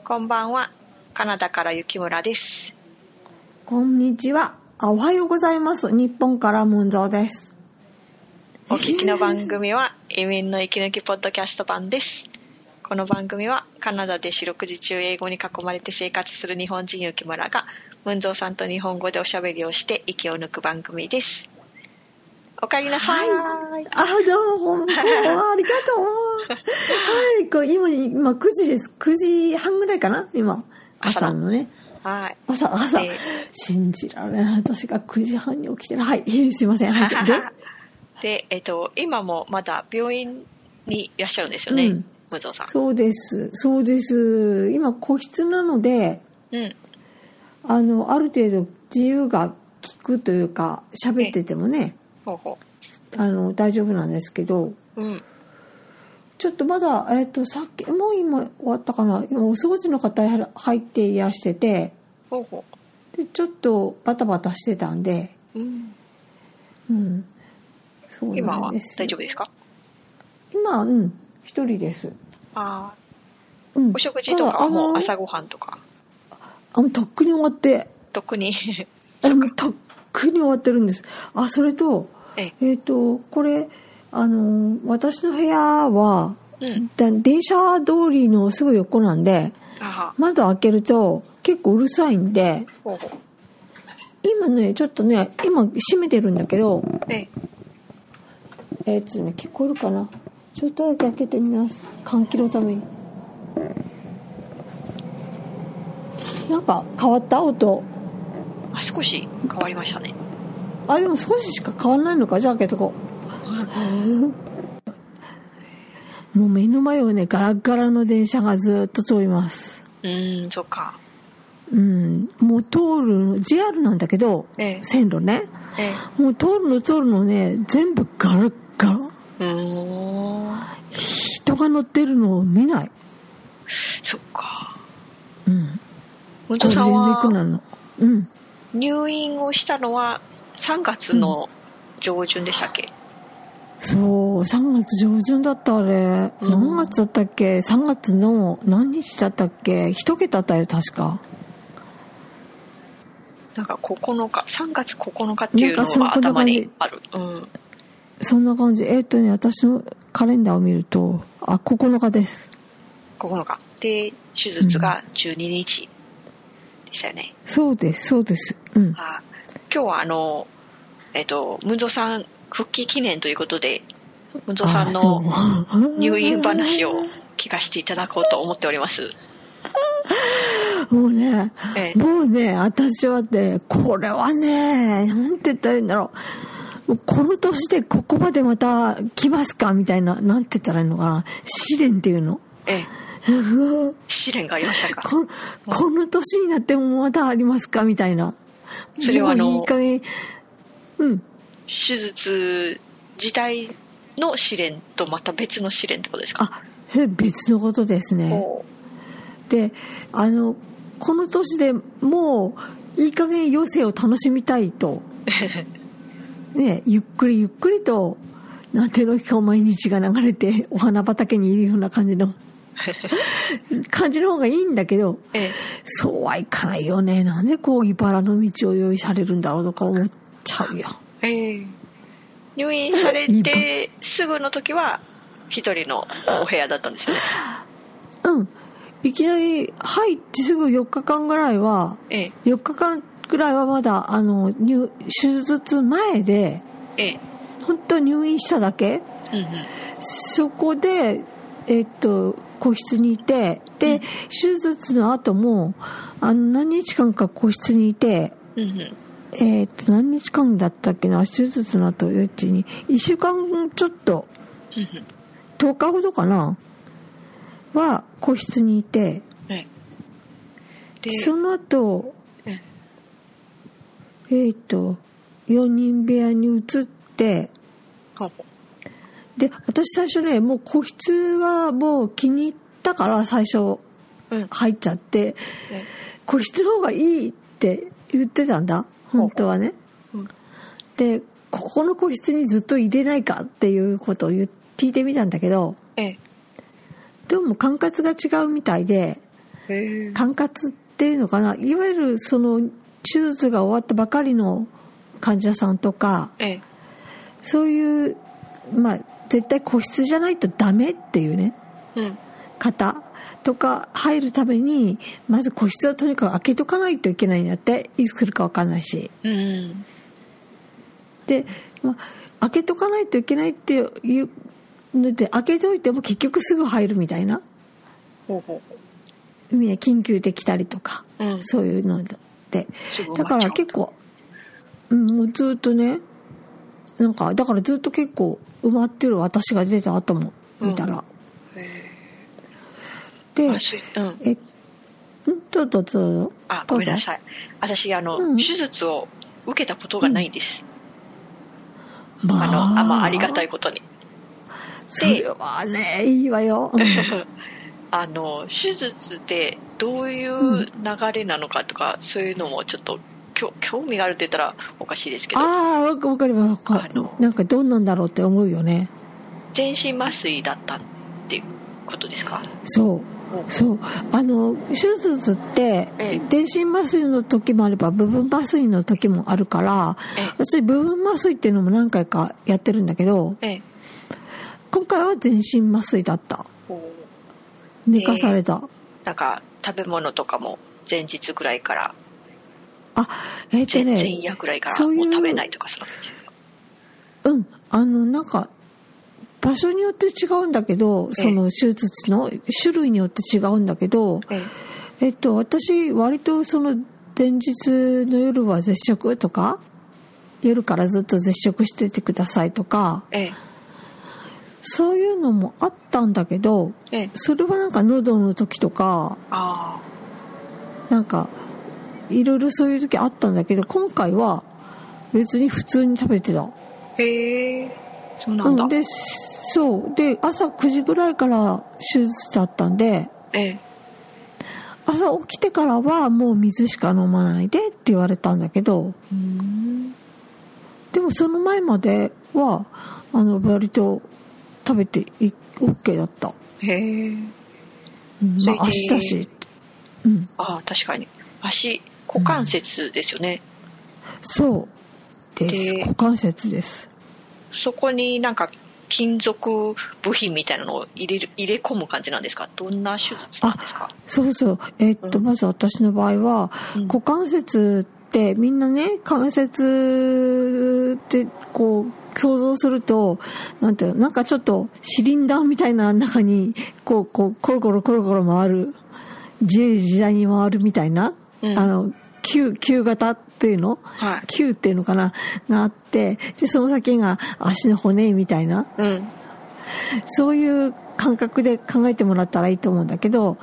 こんばんは、カナダから雪村です。 こんにちは。おはようございます。日本からムンゾーです。 お聞きの番組は移民の息抜きポッドキャスト版です。この番組はカナダで四六時中英語に囲まれて生活する日本人雪村がムンゾーさんと日本語でおしゃべりをして息を抜く番組です。おかえりなさい。 はい、どうもありがとう。はい、今9時です。9時半ぐらいかな今。朝のね。 はい。 朝、信じられない。私が9時半に起きてる。はい、すいません。はい。 で、今もまだ病院にいらっしゃるんですよね、ムンゾーさん。 そうです。今個室なので、ある程度自由が利くというか、喋っててもね、大丈夫なんですけど、ちょっとまだ、さっきもう今終わったかな。今お掃除の方入っていらしてて、でちょっとバタバタしてたんで、そうなんです。 今は大丈夫ですか？ 今一人です。 お食事とかはもう朝ごはんとか。 とっくに終わって。 とっくに終わってるんです。それと、これ私の部屋は、電車通りのすぐ横なんで、窓開けると結構うるさいんで、今ねちょっとね今閉めてるんだけど、聞こえるかな。ちょっとだけ開けてみます。換気のために。なんか変わった音。 少し変わりましたね。 でも少ししか変わらないのか。じゃあ開けとこう。もう目の前をねガラガラの電車がずっと通ります。 そっか。 もう通る JR なんだけど、線路ね、もう通るのね全部ガラガラ。人が乗ってるのを見ない。 そっか。 ゴールデンウィークなの。 入院をしたのは3月の上旬でしたっけ？ そう、3月上旬だった。あれ、何月だったっけ？ 3 月の何日だったっけ？1桁だったよ確か。 なんか9日、3月9日っていうのが頭にある。 そんな感じ。私のカレンダーを見ると9日です。9 日で手術が12日でしたよね。 そうです。今日はムンゾーさん復帰記念ということで、ムンゾーさんの入院話を聞かせていただこうと思っております。 もうね、私はね、これはね、なんて言ったらいいんだろう。この年でここまでまた来ますかみたいな、なんて言ったらいいのかな。試練っていうの。 試練がありましたか？ この年になってもまだありますかみたいな。 それはいい加減、 手術自体の試練とまた別の試練ってことですか？ 別のことですね。で、この年でもういい加減余生を楽しみたいとね、ゆっくりとなんていうのか毎日が流れてお花畑にいるような感じの方がいいんだけど、そうはいかないよね。なんでこう茨の道を用意されるんだろうとか思っちゃうよ。 入院されてすぐの時は一人のお部屋だったんですよね。 いきなり入ってすぐ4日間ぐらいは、4日間ぐらいはまだ手術前で、本当入院しただけ、そこで個室にいて、で、手術の後も何日間か個室にいて、何日間だったっけな、手術の後うちに1週間ちょっと10日ほどかなは個室にいて、その後4人部屋に移って、で私最初ねもう個室はもう気に入ったから最初入っちゃって、個室の方がいいって言ってたんだ本当はね。でここの個室にずっと入れないかっていうことを聞いてみたんだけど、どうも管轄が違うみたいで、 管轄っていうのかな、いわゆるその手術が終わったばかりの患者さんとか、そういう絶対個室じゃないとダメっていうね、方とか入るためにまず個室はとにかく開けとかないといけないんだって。いつ来るか分かんないし、で、開けとかないといけないっていうので開けといても結局すぐ入るみたいな、みんな緊急で来たりとか、そういうので、だから結構、もうずっとね、なんかだからずっと結構埋まってる、私が出た後も見たら、で、どうぞ。 ごめんなさい。私手術を受けたことがないんです。ありがたいことに。 それはね、いいわよ。 手術ってどういう流れなのかとか、そういうのもちょっと興味があるって言ったらおかしいですけど。 わかります。なんかどんなんだろうって思うよね。 全身麻酔だったっていうことですか？ そう。手術って全身麻酔の時もあれば部分麻酔の時もあるから、私部分麻酔っていうのも何回かやってるんだけど、今回は全身麻酔だった。寝かされた。 なんか食べ物とかも前日ぐらいから、 前夜ぐらいからもう食べないとかそうですか？ なんか場所によって違うんだけど、その手術の種類によって違うんだけど、私割とその前日の夜は絶食とか、夜からずっと絶食しててくださいとか、そういうのもあったんだけど、それはなんか喉の時とか、なんかいろいろそういう時あったんだけど、今回は別に普通に食べてた。 そうなんだ。 で朝9時ぐらいから手術だったんで、朝起きてからはもう水しか飲まないでって言われたんだけど、でもその前までは割と食べて OK だった。足だし、 確かに足、股関節ですよね。 そうです。股関節です。 そこになんか金属部品みたいなのを入れ込む感じなんですか？どんな手術なんですか？ そう。まず私の場合は、股関節ってみんなね、関節ってこう想像すると、なんかちょっとシリンダーみたいな中にこうコロコロ回る、自由自在に回るみたいな、球型っていうの、球っていうのかながあって、でその先が足の骨みたいな、そういう感覚で考えてもらったらいいと思うんだけど、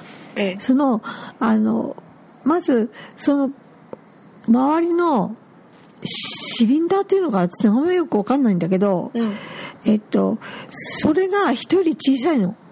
まずその周りのシリンダーっていうのが名前よく分かんないんだけど、それが一人小さいの。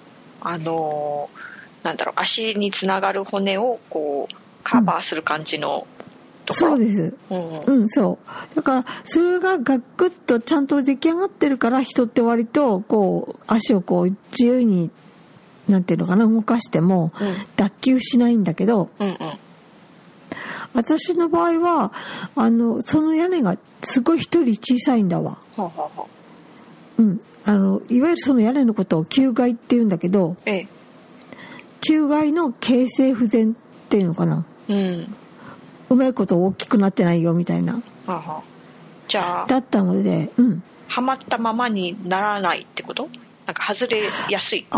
なんだろう、足につながる骨をこうカバーする感じのところ。 そうです。そう。だからそれがガクッとちゃんと出来上がってるから、人って割とこう足をこう自由になんていうのかな、動かしても脱臼しないんだけど、私の場合はその屋根がすごい一人小さいんだわ。いわゆるその屋根のことを球骸って言うんだけど、球骸の形成不全っていうのかな、うまいこと大きくなってないよみたいな、 じゃあだったので、 はまったままにならないってこと？なんか外れやすいってこと？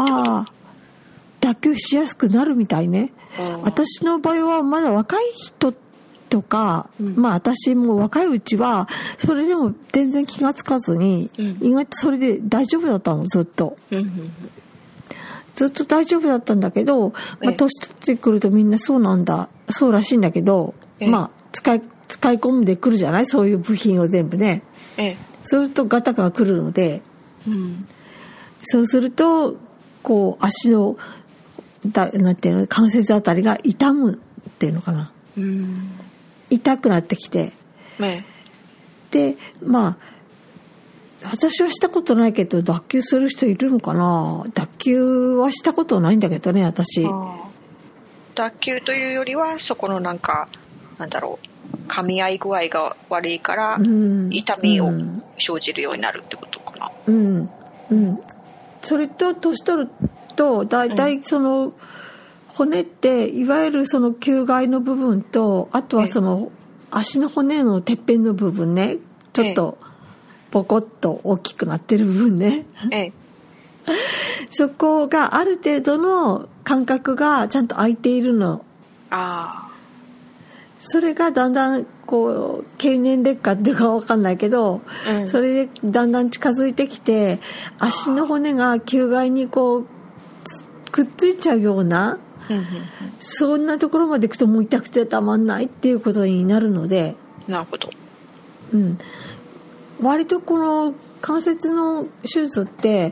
脱臼しやすくなるみたいね。私の場合はまだ若い人とか、私も若いうちはそれでも全然気がつかずに、意外とそれで大丈夫だったの、ずっと。ずっと大丈夫だったんだけど、年取ってくるとみんなそうなんだ、そうらしいんだけど、使い込んでくるじゃない、そういう部品を全部ね。そうするとガタが来るので、そうするとこう足のなんていうの、関節あたりが痛むっていうのかな、痛くなってきて、で私はしたことないけど脱臼する人いるのかな。脱臼はしたことないんだけどね、私。 脱臼というよりはそこのなんだろう、噛み合い具合が悪いから痛みを生じるようになるってことかな。 うんうん。それと年取るとだいたいその骨っていわゆるその球骸の部分と、あとはその足の骨のてっぺんの部分ね、ちょっとポコッと大きくなってる部分ね、そこがある程度の間隔がちゃんと空いているの。それがだんだんこう経年劣化っていうか分かんないけど、それでだんだん近づいてきて足の骨が球骸にこうくっついちゃうような、そんなところまでいくともう痛くてたまんないっていうことになるので。 なるほど。 割とこの関節の手術って、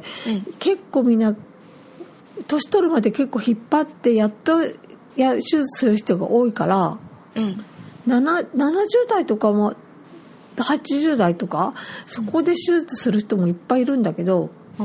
結構みんな年取るまで結構引っ張ってやっと手術する人が多いから、70代とかも80代とかそこで手術する人もいっぱいいるんだけど、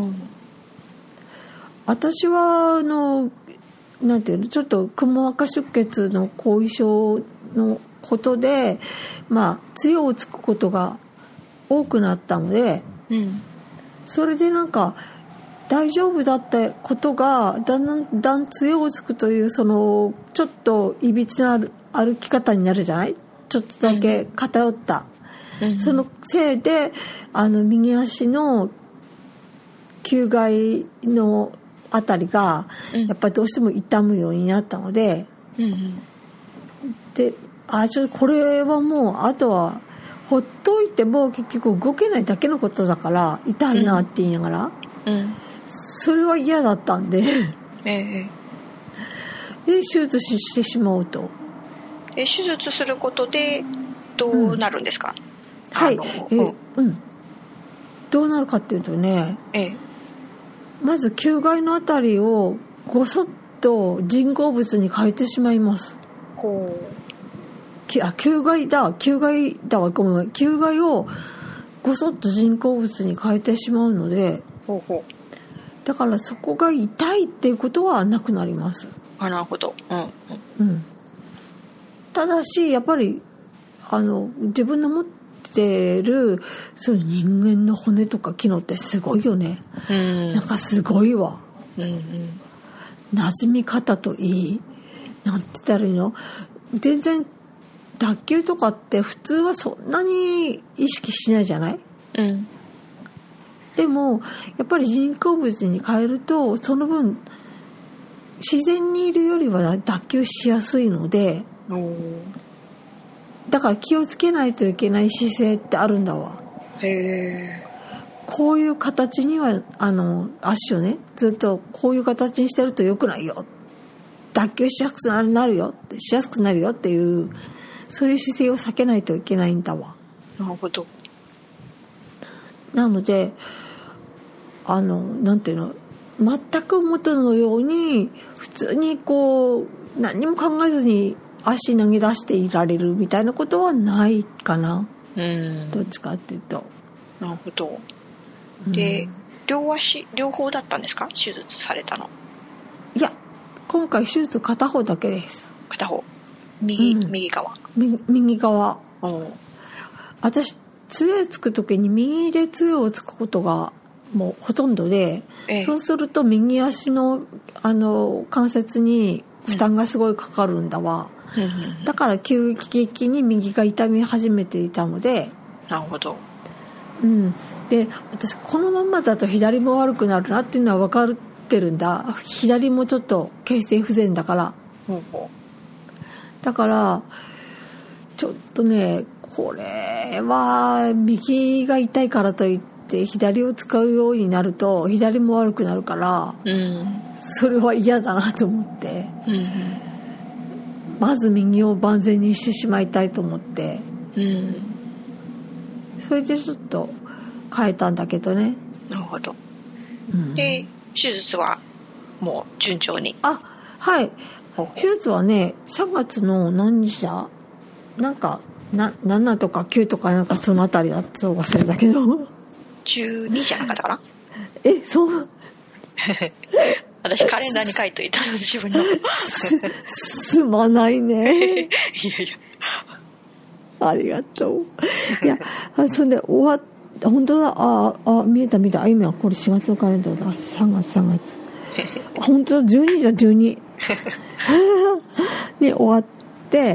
私はなんていうの、ちょっとくも膜下出血の後遺症のことで杖をつくことが多くなったので、それでなんか大丈夫だったことがだんだん杖をつくというそのちょっといびつな歩き方になるじゃない、ちょっとだけ偏った、そのせいで右足の球骸のあたりがやっぱりどうしても痛むようになったので、でちょっとこれはもうあとはほっといても結局動けないだけのことだから痛いなって言いながら、それは嫌だったんで、で手術してしまうと。 手術することでどうなるんですか？ どうなるかっていうとね、まず球骸のあたりをごそっと人工物に変えてしまいます。球骸だわ、ごめん、球骸をごそっと人工物に変えてしまうので、だからそこが痛いっていうことはなくなります。 なるほど。 ただしやっぱり自分の持ってるそういう人間の骨とか機能ってすごいよね。なんかすごいわ。馴染み方といい、なんて言ったらいいの、全然脱臼とかって普通はそんなに意識しないじゃない？でもやっぱり人工物に変えるとその分自然にいるよりは脱臼しやすいので、だから気をつけないといけない姿勢ってあるんだわ。こういう形には足をねずっとこういう形にしてると良くないよ、脱臼しやすくなるよっていうそういう姿勢を避けないといけないんだわ。 なるほど。 なのでなんていうの、全く元のように普通にこう何も考えずに足投げ出していられるみたいなことはないかな。どっちかっていうと。 なるほど。で、両足両方だったんですか？手術されたの。いや、今回手術片方だけです。 片方。右側。 右側。私杖つく時に右で杖をつくことがもうほとんどで、そうすると右足の関節に負担がすごいかかるんだわ。だから急激に右が痛み始めていたので。 なるほど。 で私このままだと左も悪くなるなっていうのは分かってるんだ。左もちょっと形成不全だから。だからちょっとね、これは右が痛いからといって左を使うようになると左も悪くなるから、それは嫌だなと思って、まず右を万全にしてしまいたいと思って、それでちょっと変えたんだけどね。 なるほど。で手術はもう順調に。 はい。手術はね3月の何日だ、なんか7とか9とかなんかそのあたりだと忘れたけど 12じゃなかったかな。 そう私カレンダーに書いといたの自分のすまないね。 いやいやありがとう。いや、それで終わっ本当だ。見えた。今これ4月のカレンダーだ。3月。本当だ、12だ、12。で、終わって、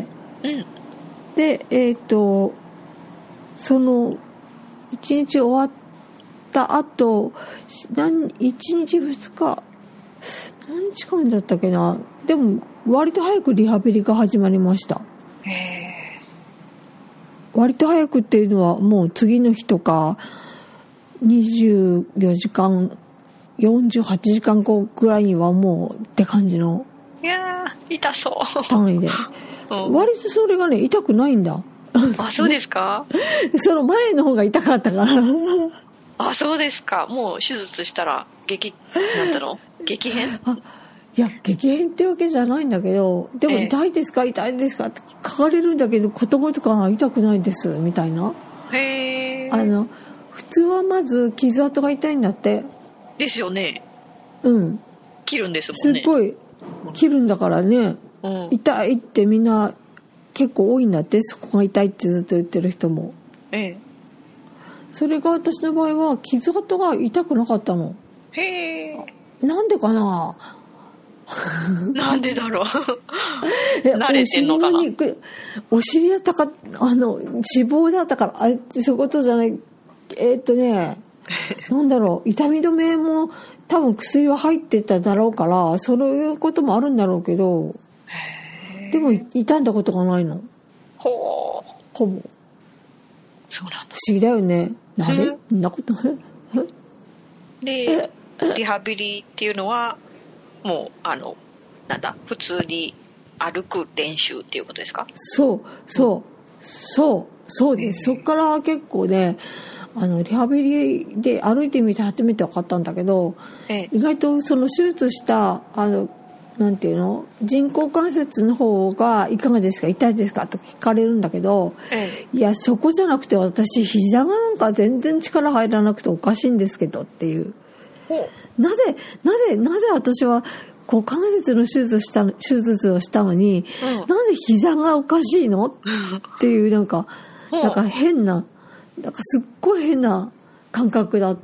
で、その、1日終わった後、1日2日、何日間だったっけな。でも、割と早くリハビリが始まりました。割と早くっていうのはもう次の日とか24時間48時間後ぐらいにはもうって感じのいやー痛そう単位で、割とそれがね痛くないんだ。 あ、そうですか。 その前の方が痛かったからあ、そうですか。もう手術したら激変。 いや、激変ってわけじゃないんだけど、でも痛いですかって書かれるんだけど、言葉とか痛くないですみたいな。普通はまず傷跡が痛いんだって。ですよね。切るんですもんね。 すっごい切るんだからね、痛いってみんな結構多いんだって。そこが痛いってずっと言ってる人も。それが私の場合は傷跡が痛くなかったの。なんでかな。 なんでだろう。慣れてんのかな。 お尻だったか脂肪だったからそういうことじゃない。なんだろう、痛み止めも多分薬は入ってただろうからそういうこともあるんだろうけど、でも痛んだことがないの。ほぼ。 そうなんだ。 不思議だよね。なんでそんなことでリハビリっていうのはもう普通に歩く練習っていうことですか？そうです。そっから結構ね、リハビリで歩いてみて初めて分かったんだけど、意外とその手術したなんていうの、人工関節の方がいかがですか、痛いですかと聞かれるんだけど、いやそこじゃなくて私膝がなんか全然力入らなくておかしいんですけどっていう。なぜ私は股関節の手術をしたのに、なんで膝がおかしいのっていうなんか変な、なんかすっごい変な感覚だった。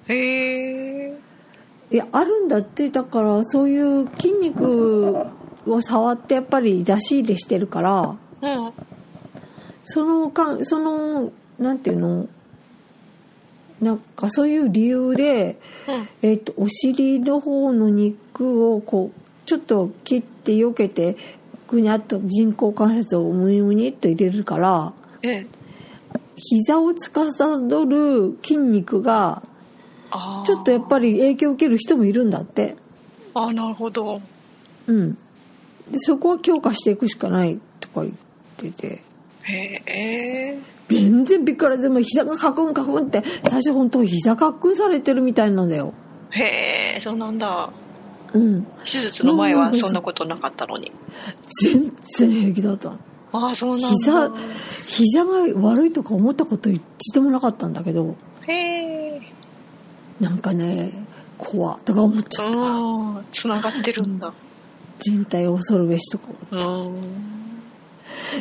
いやあるんだって。だからそういう筋肉を触ってやっぱり出し入れしてるから、そのなんていうの、なんかそういう理由で、お尻の方の肉をこうちょっと切って避けてぐにゃっと人工関節をムニムニっと入れるから、膝を司る筋肉がちょっとやっぱり影響を受ける人もいるんだって。なるほど。 でそこは強化していくしかないとか言ってて。全然びっくり。でも膝がカクンカクンって最初本当膝カクンされてるみたいなんだよ。 そうなんだ。手術の前はそんなことなかったのに。 全然平気だったの。 そうなんだ。 膝が悪いとか思ったこと一度もなかったんだけど、なんかね怖とか思っちゃった。 つながってるんだ。 人体を恐るべしとか思った。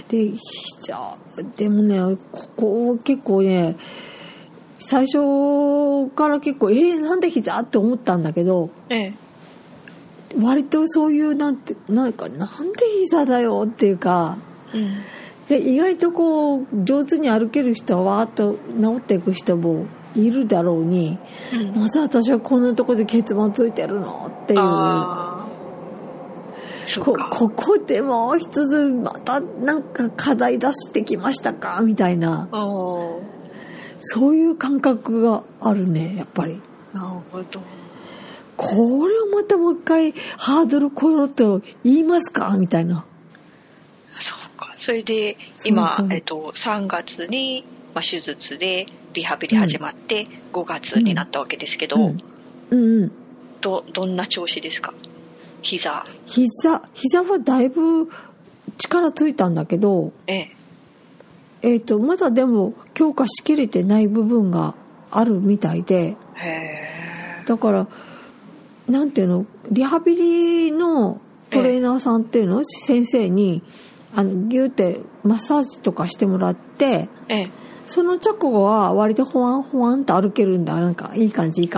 ででもねここ結構ね最初から結構なんで膝って思ったんだけど、割とそういうなんで膝だよっていうか、で意外とこう上手に歩ける人はわーっと治っていく人もいるだろうに、なぜ私はこんなとこで結末ついてるのっていう。ここでもう一つまたなんか課題出してきましたかみたいな、そういう感覚があるねやっぱり。 なるほど。 これをまたもう一回ハードル超えろと言いますかみたいな。 そうか。それで今3月に手術でリハビリ始まって5月になったわけですけど、どんな調子ですか？膝はだいぶ力ついたんだけど、まだでも強化しきれてない部分があるみたいで、だからなんていうの、リハビリのトレーナーさんっていうの、先生にギューってマッサージとかしてもらって、その直後は割とほわんほわんと歩けるんだ。なんかいい感じって、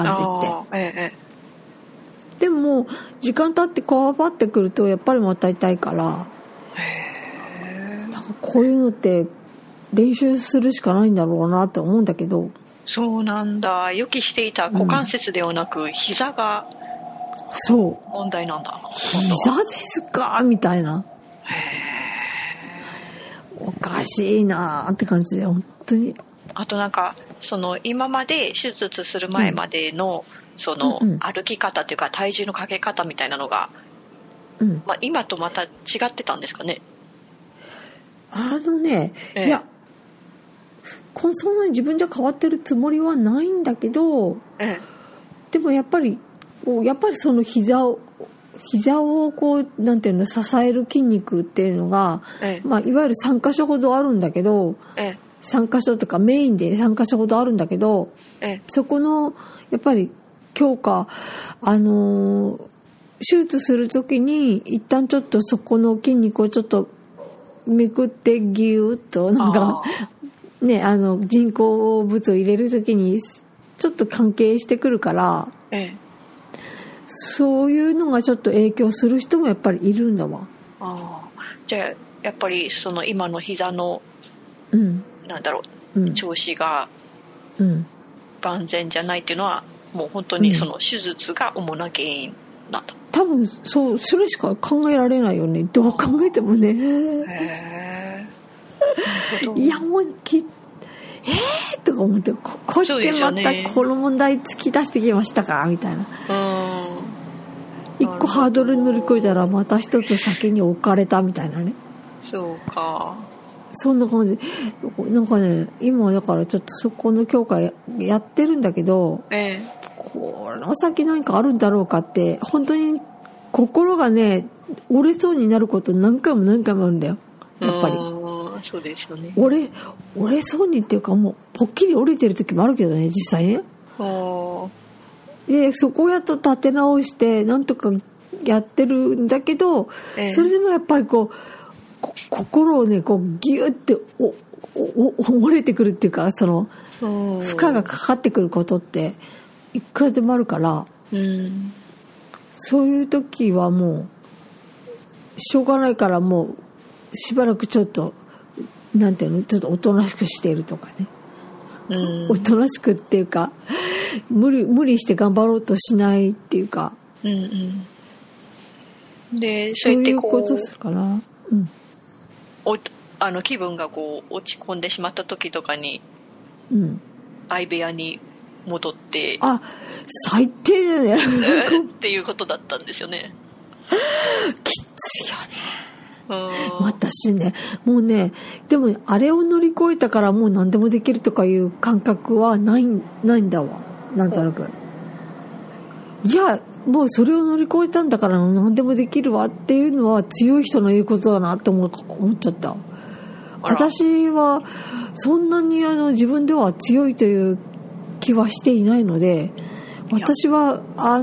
でも時間経ってこわばってくるとやっぱりまた痛いから、なんかこういうのって練習するしかないんだろうなって思うんだけど。 そうなんだ。予期していた股関節ではなく、膝がそう問題なんだ。 膝ですかみたいな。おかしいなって感じで、本当に。 あとなんかその今まで手術する前までの、その歩き方というか体重のかけ方みたいなのが、今とまた違ってたんですかね。 いや、そんなに自分じゃ変わってるつもりはないんだけど、でもやっぱりその膝をこうなんていうの、支える筋肉っていうのが、いわゆる3箇所ほどあるんだけど、3箇所とかメインで3箇所ほどあるんだけど、そこのやっぱり強化、手術する時に一旦ちょっとそこの筋肉をちょっとめくってギューッとなんかね、人工物を入れる時にちょっと関係してくるから、そういうのがちょっと影響する人もやっぱりいるんだわ。 じゃあやっぱりその今の膝の、なんだろう、調子が万全じゃないっていうのは、もう本当にその手術が主な原因なんだ。 多分それしか考えられないよね、どう考えてもね。いやもうとか思って、こうやってまたこの問題突き出してきましたかみたいな。一個ハードルに乗り越えたらまた一つ先に置かれたみたいなね。 そうか。 そんな感じ。なんかね、今だからちょっとそこの強化やってるんだけど、この先何かあるんだろうかって、本当に心がね折れそうになること何回もあるんだよ、やっぱり。 そうですよね。 折れそうにっていうか、もうぽっきり折れてる時もあるけどね、実際ね。でそこをやっと立て直してなんとかやってるんだけど、それでもやっぱりこう心をねこうギュッて折れてくるっていうか、その負荷がかかってくることっていくらでもあるから、そういう時はもうしょうがないから、もうしばらくちょっとなんていうの、ちょっとおとなしくしているとかね、おとなしくっていうか無理して頑張ろうとしないっていうか、 でそういうことするかな。 気分がこう落ち込んでしまった時とかに、相部屋に戻って、 最低だよねっていうことだったんですよね。 きついよね。私ね、もうね、でもあれを乗り越えたからもう何でもできるとかいう感覚はないんだわ、なんとなく。いやもうそれを乗り越えたんだから何でもできるわっていうのは強い人の言うことだなって思っちゃった。私はそんなに自分では強いという気はしていないので、私は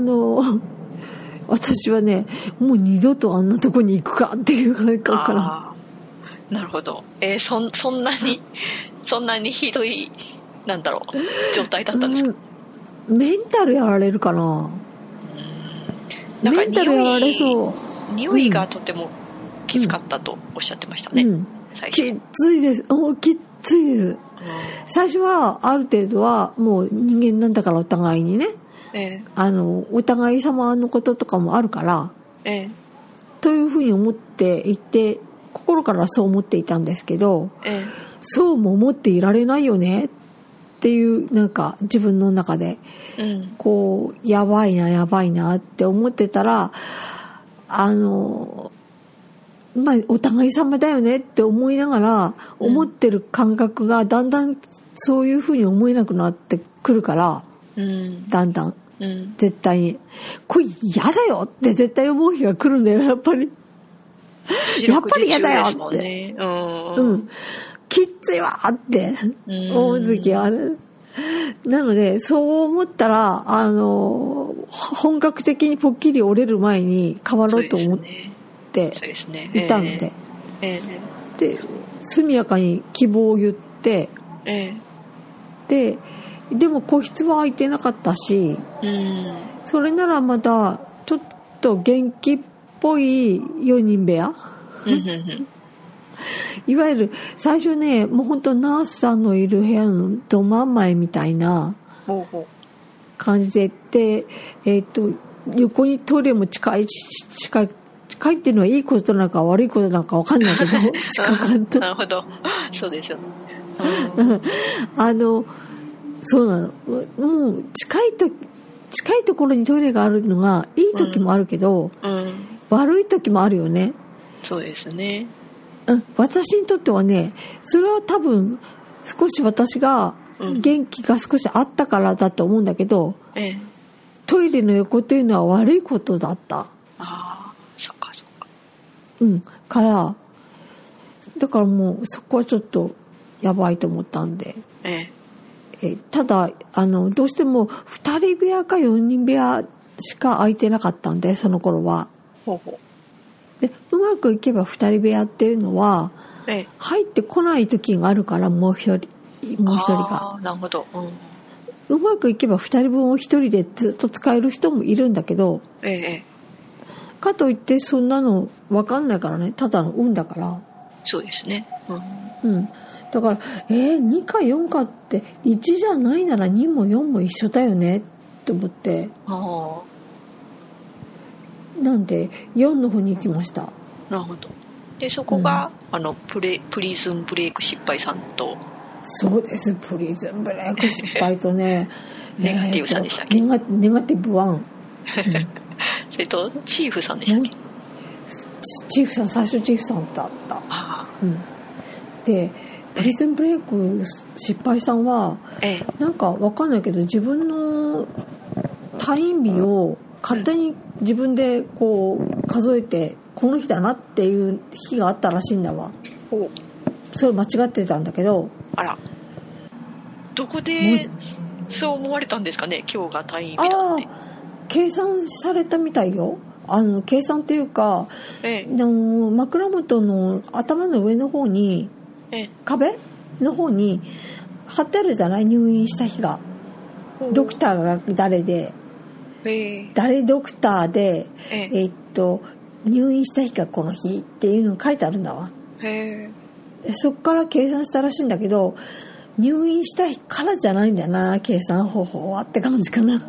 ね、もう二度とあんなとこに行くかっていう感覚かな。 なるほど。そんなにひどい、なんだろう、状態だったんですか？ メンタルやられるかな。メンタルやられそう。 匂いがとてもきつかったとおっしゃってましたね。最初。 きついです。きついです。最初はある程度はもう人間なんだからお互いにね。お互い様のこととかもあるから、というふうに思っていて、心からそう思っていたんですけど、そうも思っていられないよねっていう、なんか自分の中で、こうやばいなって思ってたら、お互い様だよねって思いながら思ってる感覚がだんだんそういうふうに思えなくなってくるから、だんだん。絶対にこれ嫌だよって絶対思う日が来るんだよ、やっぱり。やっぱり嫌だよって、きついわって思う時ある。 なのでそう思ったら本格的にポッキリ折れる前に変わろうと思っていたので、で速やかに希望を言って、でも個室は空いてなかったし、それならまたちょっと元気っぽい4人部屋いわゆる最初ね、もう本当ナースさんのいる部屋のど真ん前みたいな感じで、横にトイレも近いっていうのはいいことなのか悪いことなのか分かんないけど近かった。 なるほど、そうですよね。 そうなの。もう近いところにトイレがあるのがいい時もあるけど、悪い時もあるよね。 そうですね。 私にとってはね、それは多分少し私が元気が少しあったからだと思うんだけど、トイレの横というのは悪いことだった。 そっかそっか。 だからもうそこはちょっとやばいと思ったんで。ただどうしても2人部屋か4人部屋しか空いてなかったんで、その頃は。でうまくいけば2人部屋っていうのは、入ってこない時があるから、もう一人が。 なるほど。 うまくいけば2人分を1人でずっと使える人もいるんだけど、かといってそんなの分かんないからね、ただの運だから。 そうですね。 だから2か4かって1じゃないなら2も4も一緒だよねって思って、なんで4の方に行きました。 なるほど。でそこが、プリズンブレイク失敗さんと。 そうです、プリズンブレイク失敗とねネガティブさんでしたっけ。 ネガティブ1、 それとチーフさんでしたっけ。 チーフさん、最初チーフさんだった。でプリズンブレイク失敗さんは、なんかわかんないけど自分の退院日を勝手に自分でこう数えて、この日だなっていう日があったらしいんだわ。それ間違ってたんだけど。 あら、どこでそう思われたんですかね、今日が退院日だって。 計算されたみたいよ。計算っていうか、枕元の頭の上の方に、壁の方に貼ってあるじゃない、入院した日が。ドクターが誰で、誰ドクターで、入院した日がこの日っていうのが書いてあるんだわ。そっから計算したらしいんだけど、入院した日からじゃないんだな、計算方法はって感じかな。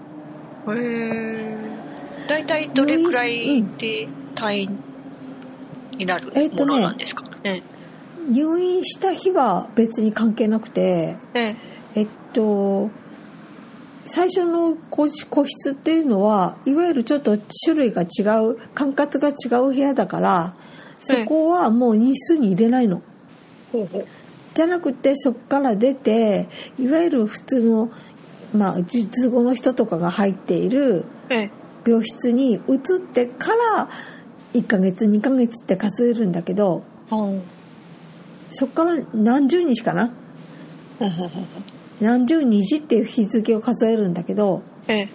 だいたいどれくらいで退院になるものなんですか。 入院した日は別に関係なくて、最初の個室っていうのはいわゆるちょっと種類が違う、管轄が違う部屋だから、そこはもう日数に入れないの。じゃなくてそこから出て、いわゆる普通の術後の人とかが入っている病室に移ってから1ヶ月2ヶ月って数えるんだけど、そこから何十日かな、何十日っていう日付を数えるんだけど、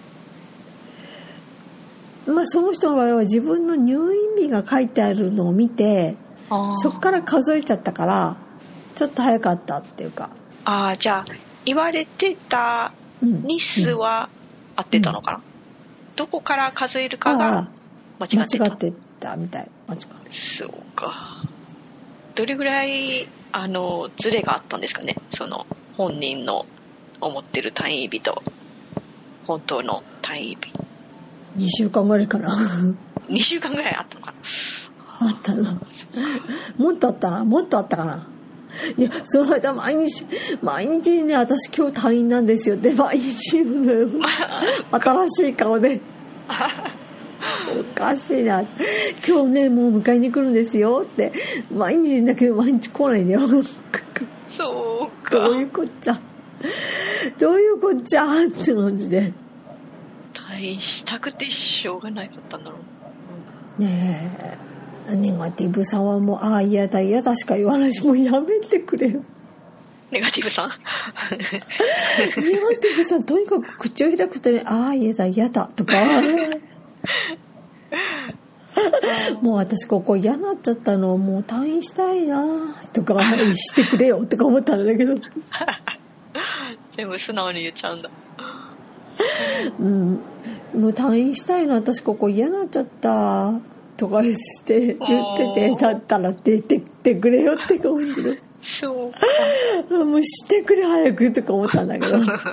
その人の場合は自分の入院日が書いてあるのを見て、そこから数えちゃったからちょっと早かったっていうか。 じゃあ言われてた日数は合ってたのかな、どこから数えるかが間違ってたみたい。そうか。どれぐらいズレがあったんですかね、その本人の思ってる退院日と本当の退院日。 2週間ぐらいかな。 2週間ぐらいあったのかな。 あったな。もっとあったかな。いや、その間毎日ね、私今日退院なんですよって毎日言うのよ。新しい顔で。おかしいな、今日ねもう迎えに来るんですよって毎日だけど毎日来ないんだよ。 そうか。 どういうこっちゃって感じで。 退院したくてしょうがないかったんだろうねえ。ネガティブさはもう嫌だしか言わないし、もうやめてくれよ。 ネガティブさんネガティブさん、とにかく口を開くとね、ああ、嫌だとかもう私ここ嫌になっちゃったの、もう退院したいなとかしてくれよとか思ったんだけど全部素直に言っちゃうんだ。 うん、もう退院したいの、私ここ嫌になっちゃったとか言ってて、だったら出てってくれよって感じで、 そうかもうしてくれ早くとか思ったんだけど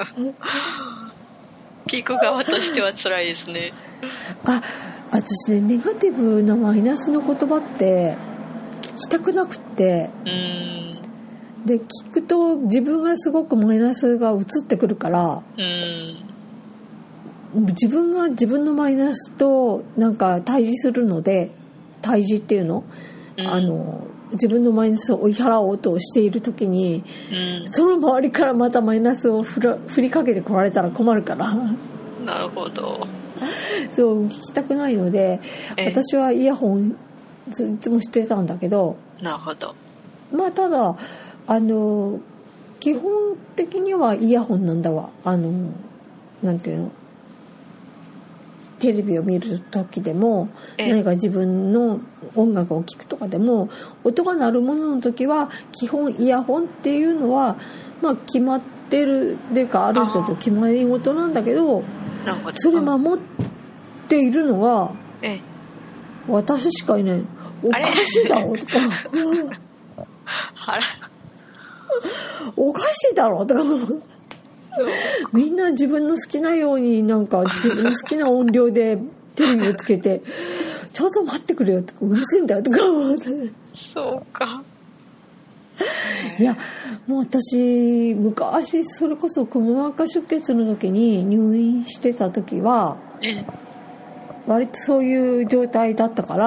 聞く側としては辛いですね。 私ね、ネガティブなマイナスの言葉って聞きたくなくって、で聞くと自分がすごくマイナスが移ってくるから、自分が自分のマイナスとなんか対峙するので、対峙っていうの、自分のマイナスを追い払おうとしている時に、その周りからまたマイナスを振りかけてこられたら困るからなるほど。 そう聞きたくないので、私はイヤホンいつもしてたんだけど、 なるほど。 まあただ基本的にはイヤホンなんだわ。なんていうの、テレビを見る時でも何か自分の音楽を聴くとかでも、音が鳴るものの時は基本イヤホンっていうのはまあ決まってるっていうか、ある程度決まり事なんだけど、それ守っているのが私しかいない。おかしいだろとかおかしいだろとかみんな自分の好きなようになんか自分の好きな音量でテレビをつけてちょっと待ってくれよとか、うるせえんだよとかそうか。 いやもう私昔それこそくも膜下出血の時に入院してた時は割とそういう状態だったから、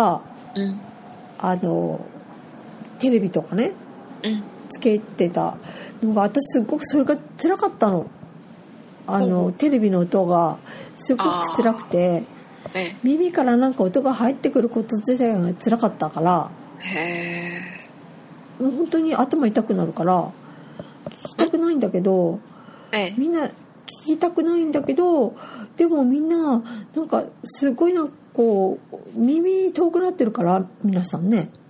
テレビとかね、つけてたのが私すごくそれが辛かったの。テレビの音がすごく辛くて、耳からなんか音が入ってくること自体が辛かったから、もう本当に頭痛くなるから聞きたくないんだけど、みんな聞きたくないんだけど、でもみんななんかすごいなんかこう耳遠くなってるから、皆さんね、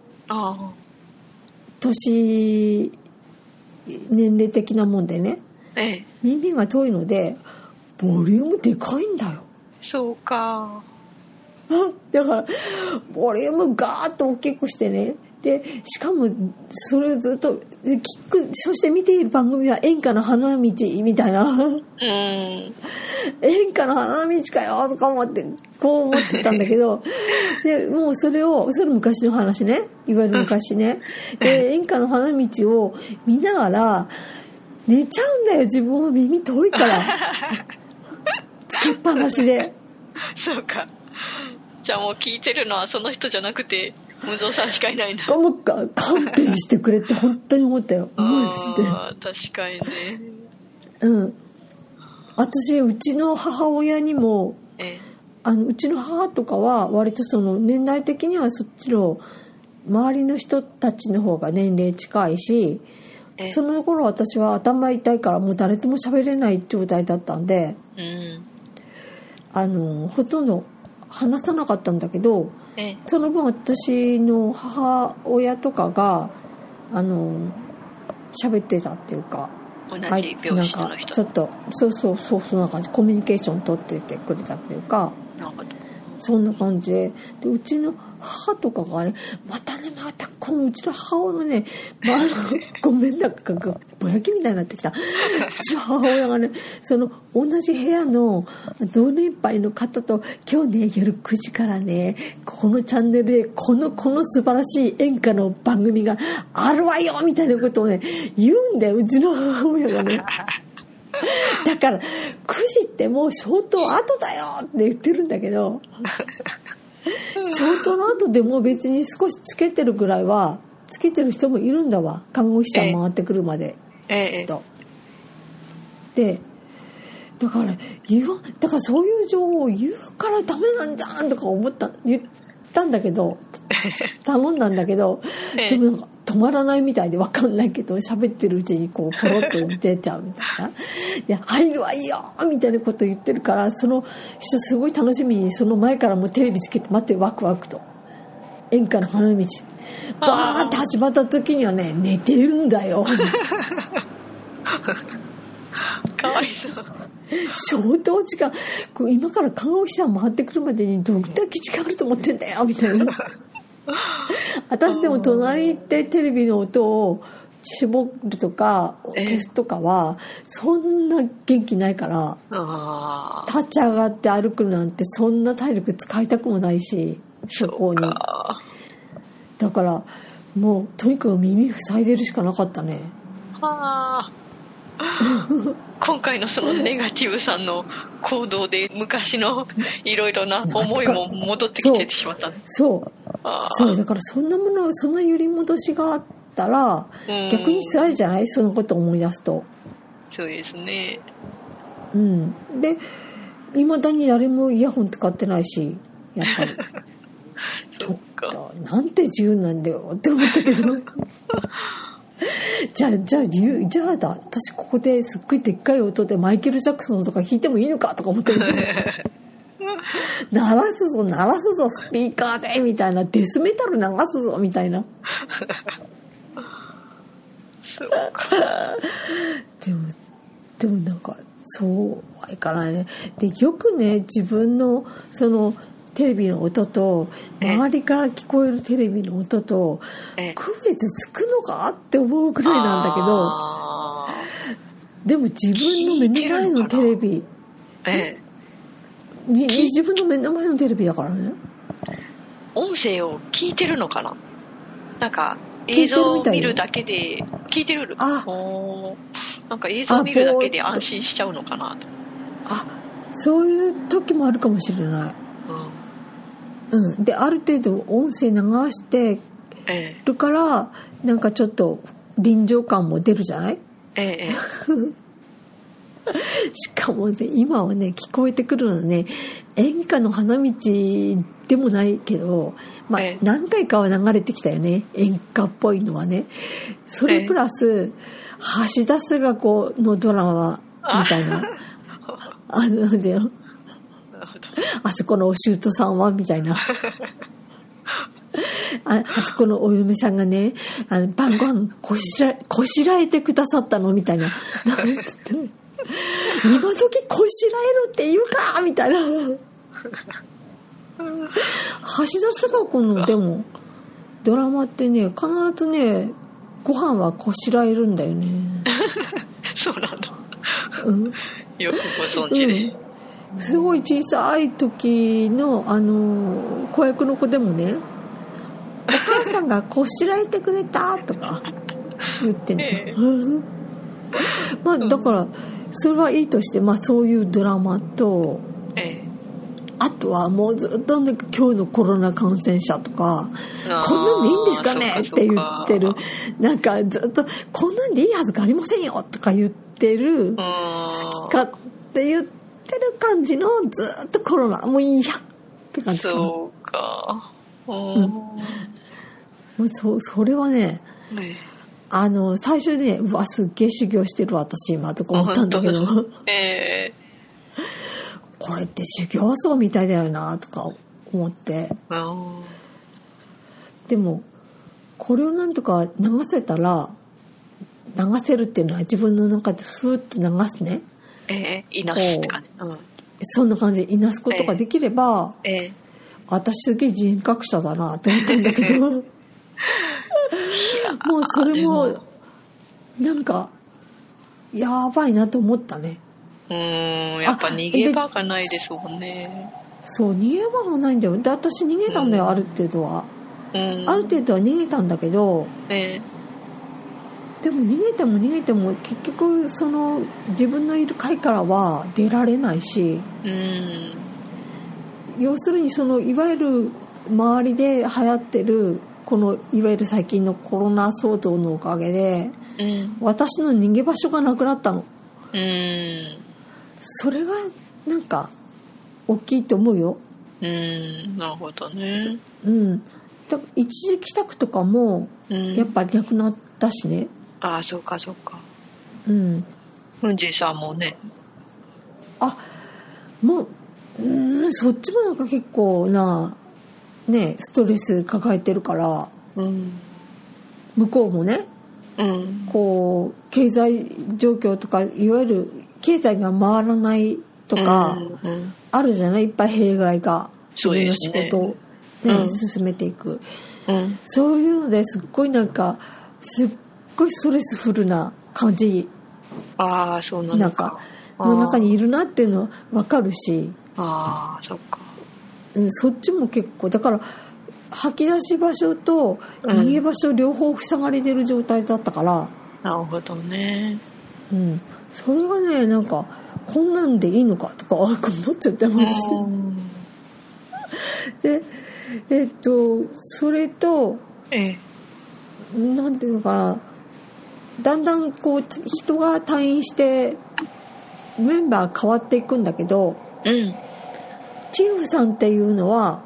年齢的なもんでね、耳が遠いのでボリュームでかいんだよ。 そうか。 だからボリュームガーッと大きくしてね、でしかもそれをずっと聞く、そして見ている番組は演歌の花道みたいな、演歌の花道かよとか思ってこう思ってたんだけどでもうそれ昔の話ね、いわゆる昔ね、で演歌の花道を見ながら寝ちゃうんだよ。自分は耳遠いからつけっぱなしで。 そうか。じゃあもう聞いてるのはその人じゃなくて無造さんしかいないんだ。 もう勘弁してくれって本当に思ったよ。マジで。 確かにね。 私うちの母親にも、うちの母とかは割とその年代的にはそっちの周りの人たちの方が年齢近いし、その頃私は頭痛いからもう誰とも喋れない状態だったんで、ほとんど話さなかったんだけど、その分私の母親とかが喋ってたっていうか、 同じ病室の人、 なんかちょっとそうそんな感じ、コミュニケーション取っててくれたっていうか、そんな感じで、うちの母とかがね、またこのうちの母親がね、ごめんなんかぼやきみたいになってきた。うちの母親がね、その同じ部屋の同年配の方と今日ね夜9時からねこのチャンネルでこの素晴らしい演歌の番組があるわよみたいなことをね言うんだよ、うちの母親がね。だから9時ってもう相当後だよって言ってるんだけど相当の後でも別に少しつけてるぐらいはつけてる人もいるんだわ、看護師さん回ってくるまで、でだからそういう情報を言うからダメなんじゃんとか言ったんだけど頼んだんだけど、でもなんか止まらないみたいで分かんないけど、喋ってるうちにこうポロッと出ちゃうみたいなで入るわいいよみたいなこと言ってるから、その人すごい楽しみにその前からもうテレビつけて待ってワクワクと演歌の花道バーって始まった時にはね寝てるんだよかわいそう。 相当時間今から看護師さん回ってくるまでにどんだけ時間あると思ってんだよみたいな私でも隣行ってテレビの音を絞るとか消すとかはそんな元気ないから、立ち上がって歩くなんてそんな体力使いたくもないし、そこにだからもうとにかく耳塞いでるしかなかったね。 はあ今回のそのネガティブさんの行動で昔のいろいろな思いも戻ってきてしまった。 そうだからそんなもの、そんな揺り戻しがあったら逆に辛いじゃない、そのことを思い出すと。 そうですね。 で未だに誰もイヤホン使ってないし、やっぱりちょっとなんて自由なんだよって思ったけどじゃあだ私ここですっごいでっかい音でマイケル・ジャクソンとか弾いてもいいのかとか思ってる鳴らすぞスピーカーでみたいな、デスメタル流すぞみたいなそうかでもなんかそうはいかないね。でよくね自分のそのテレビの音と周りから聞こえるテレビの音と区別つくのかって思うくらいなんだけど、でも自分の目の前のテレビ、自分の目の前のテレビだからね。 音声を聞いてるのかな。なんか映像を見るだけで聞いてる。なんか映像を見るだけで安心しちゃうのかな。 そういう時もあるかもしれない。である程度音声流してるから、なんかちょっと臨場感も出るじゃない。しかもね今はね聞こえてくるのね、演歌の花道でもないけど、何回かは流れてきたよね、演歌っぽいのはね。それプラス橋田壽賀子のドラマみたいななんだよ、あそこのお舅さんはみたいなあそこのお嫁さんがね晩ご飯こしらえてくださったのみたいな今時こしらえるって言うかみたいな橋田壽賀子のでもドラマってね必ずねご飯はこしらえるんだよねそうなんだ、よくご存知で、 すごい小さい時の子役の子でもねお母さんがこしらえてくれたとか言ってね、だからそれはいいとして、そういうドラマと、あとはもうずっと、ね、今日のコロナ感染者とかこんなんでいいんですかねって言ってる、なんかずっとこんなんでいいはずがありませんよとか言ってる、好きかって言ってる感じのずっとコロナもういいやって感じかな。 そうか、 それはね、最初ねうわすっげえ修行してる私今とか思ったんだけどこれって修行僧みたいだよなとか思って、でもこれをなんとか流せたら、流せるっていうのは自分の中でふーっと流すね、 いなすって感じ、 そんな感じいなすことができれば、私すげえ人格者だなって思ったんだけどもうそれもなんかやばいなと思ったね。 やっぱ逃げ場がないですもんね。 そう逃げ場がないんだよ。で私逃げたんだよ、ある程度は、ある程度は逃げたんだけど、でも逃げても結局その自分のいる階からは出られないし、要するにそのいわゆる周りで流行ってるこのいわゆる最近のコロナ騒動のおかげで、私の逃げ場所がなくなったの。それがなんか大きいと思うよ。 なるほどね。 一時帰宅とかもやっぱりなくなったしね、 ああそうかそうか。 うん。 ふんじいさんもね。 もうそっちもなんか結構なねストレス抱えてるから、向こうもね、こう経済状況とかいわゆる経済が回らないとかあるじゃない、いっぱい弊害が自分の仕事を、ね進めていく、そういうのですっごいなんかすっごいストレスフルな感じ、 そうなのか、 の中にいるなっていうのは分かるし、 そっか、 そっちも結構だから吐き出し場所と逃げ場所両方塞がれてる状態だったから、 なるほどね、 それがねなんかこんなんでいいのかとか思っちゃってます。でそれと、なんていうのかな、だんだんこう人が退院してメンバー変わっていくんだけど、チーフさんっていうのは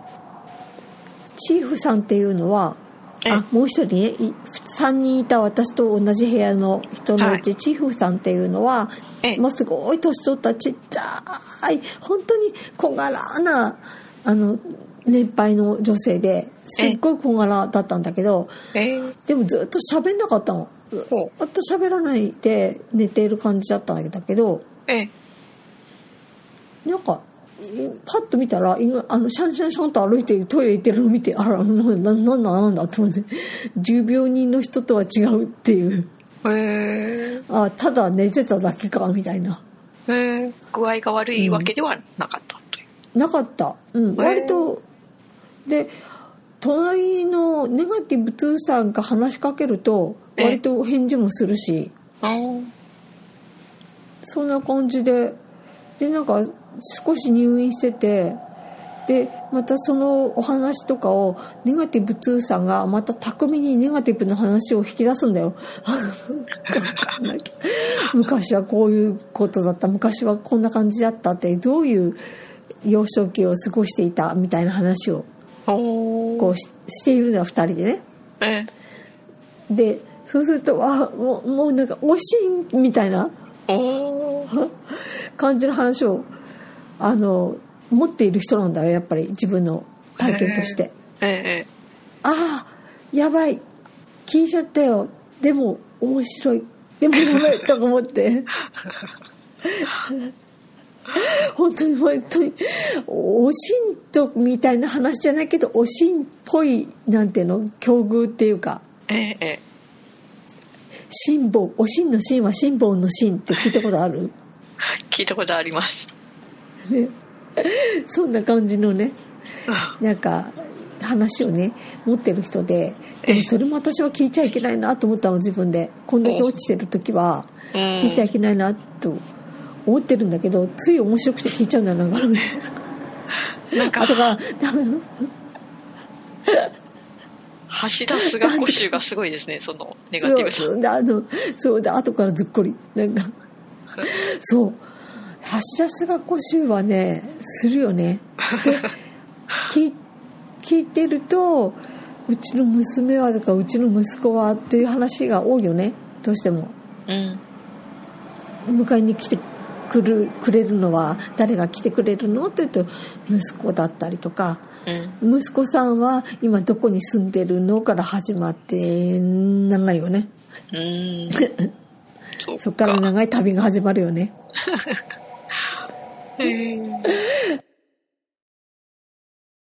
もう一人ね3人いた私と同じ部屋の人のうち、チーフさんっていうのはもうすごい年取ったちっちゃい本当に小柄な年配の女性ですっごい小柄だったんだけど、でもずっと喋んなかったの。ずっと喋らないで寝ている感じだったんだけど、なんかパッと見たらシャンシャンシャンと歩いてトイレ行ってるのを見て、なんだと思って、重病人の人とは違うっていう、ただ寝てただけかみたいな、 具合が悪いわけではなかったという、 なかった、割とで隣のネガティブ2さんが話しかけると割と返事もするし、そんな感じでなんか少し入院してて、でまたそのお話とかをネガティブ2さんがまた巧みにネガティブな話を引き出すんだよ昔はこういうことだった、昔はこんな感じだったって、どういう幼少期を過ごしていたみたいな話をこうしているのは2人でね、でそうするともうなんかおしんみたいな感じの話を持っている人なんだよ、やっぱり自分の体験として、やばい聞いちゃったよ、でも面白い、でもやばいとか思って本当におしんとみたいな話じゃないけど、おしんっぽいなんていうの、境遇っていうか、辛抱、おしんのしんは辛抱のしんって聞いたことある？ 聞いたことあります、 ね、そんな感じのね、なんか話をね持ってる人で、でもそれも私は聞いちゃいけないなと思ったの、自分でこんだけ落ちてる時は聞いちゃいけないなと思ってるんだけど、つい面白くて聞いちゃうんだよなんか後から橋田菅子集がすごいですね、そのネガティブな。 そうで後からずっこりなんかそう橋田菅子集はねするよね。で聞いてると、うちの娘はとかうちの息子はっていう話が多いよね、どうしても。迎えに来てくれるのは誰が来てくれるのって言うと息子だったりとか、息子さんは今どこに住んでるのから始まって長いよね。そっから長い旅が始まるよね。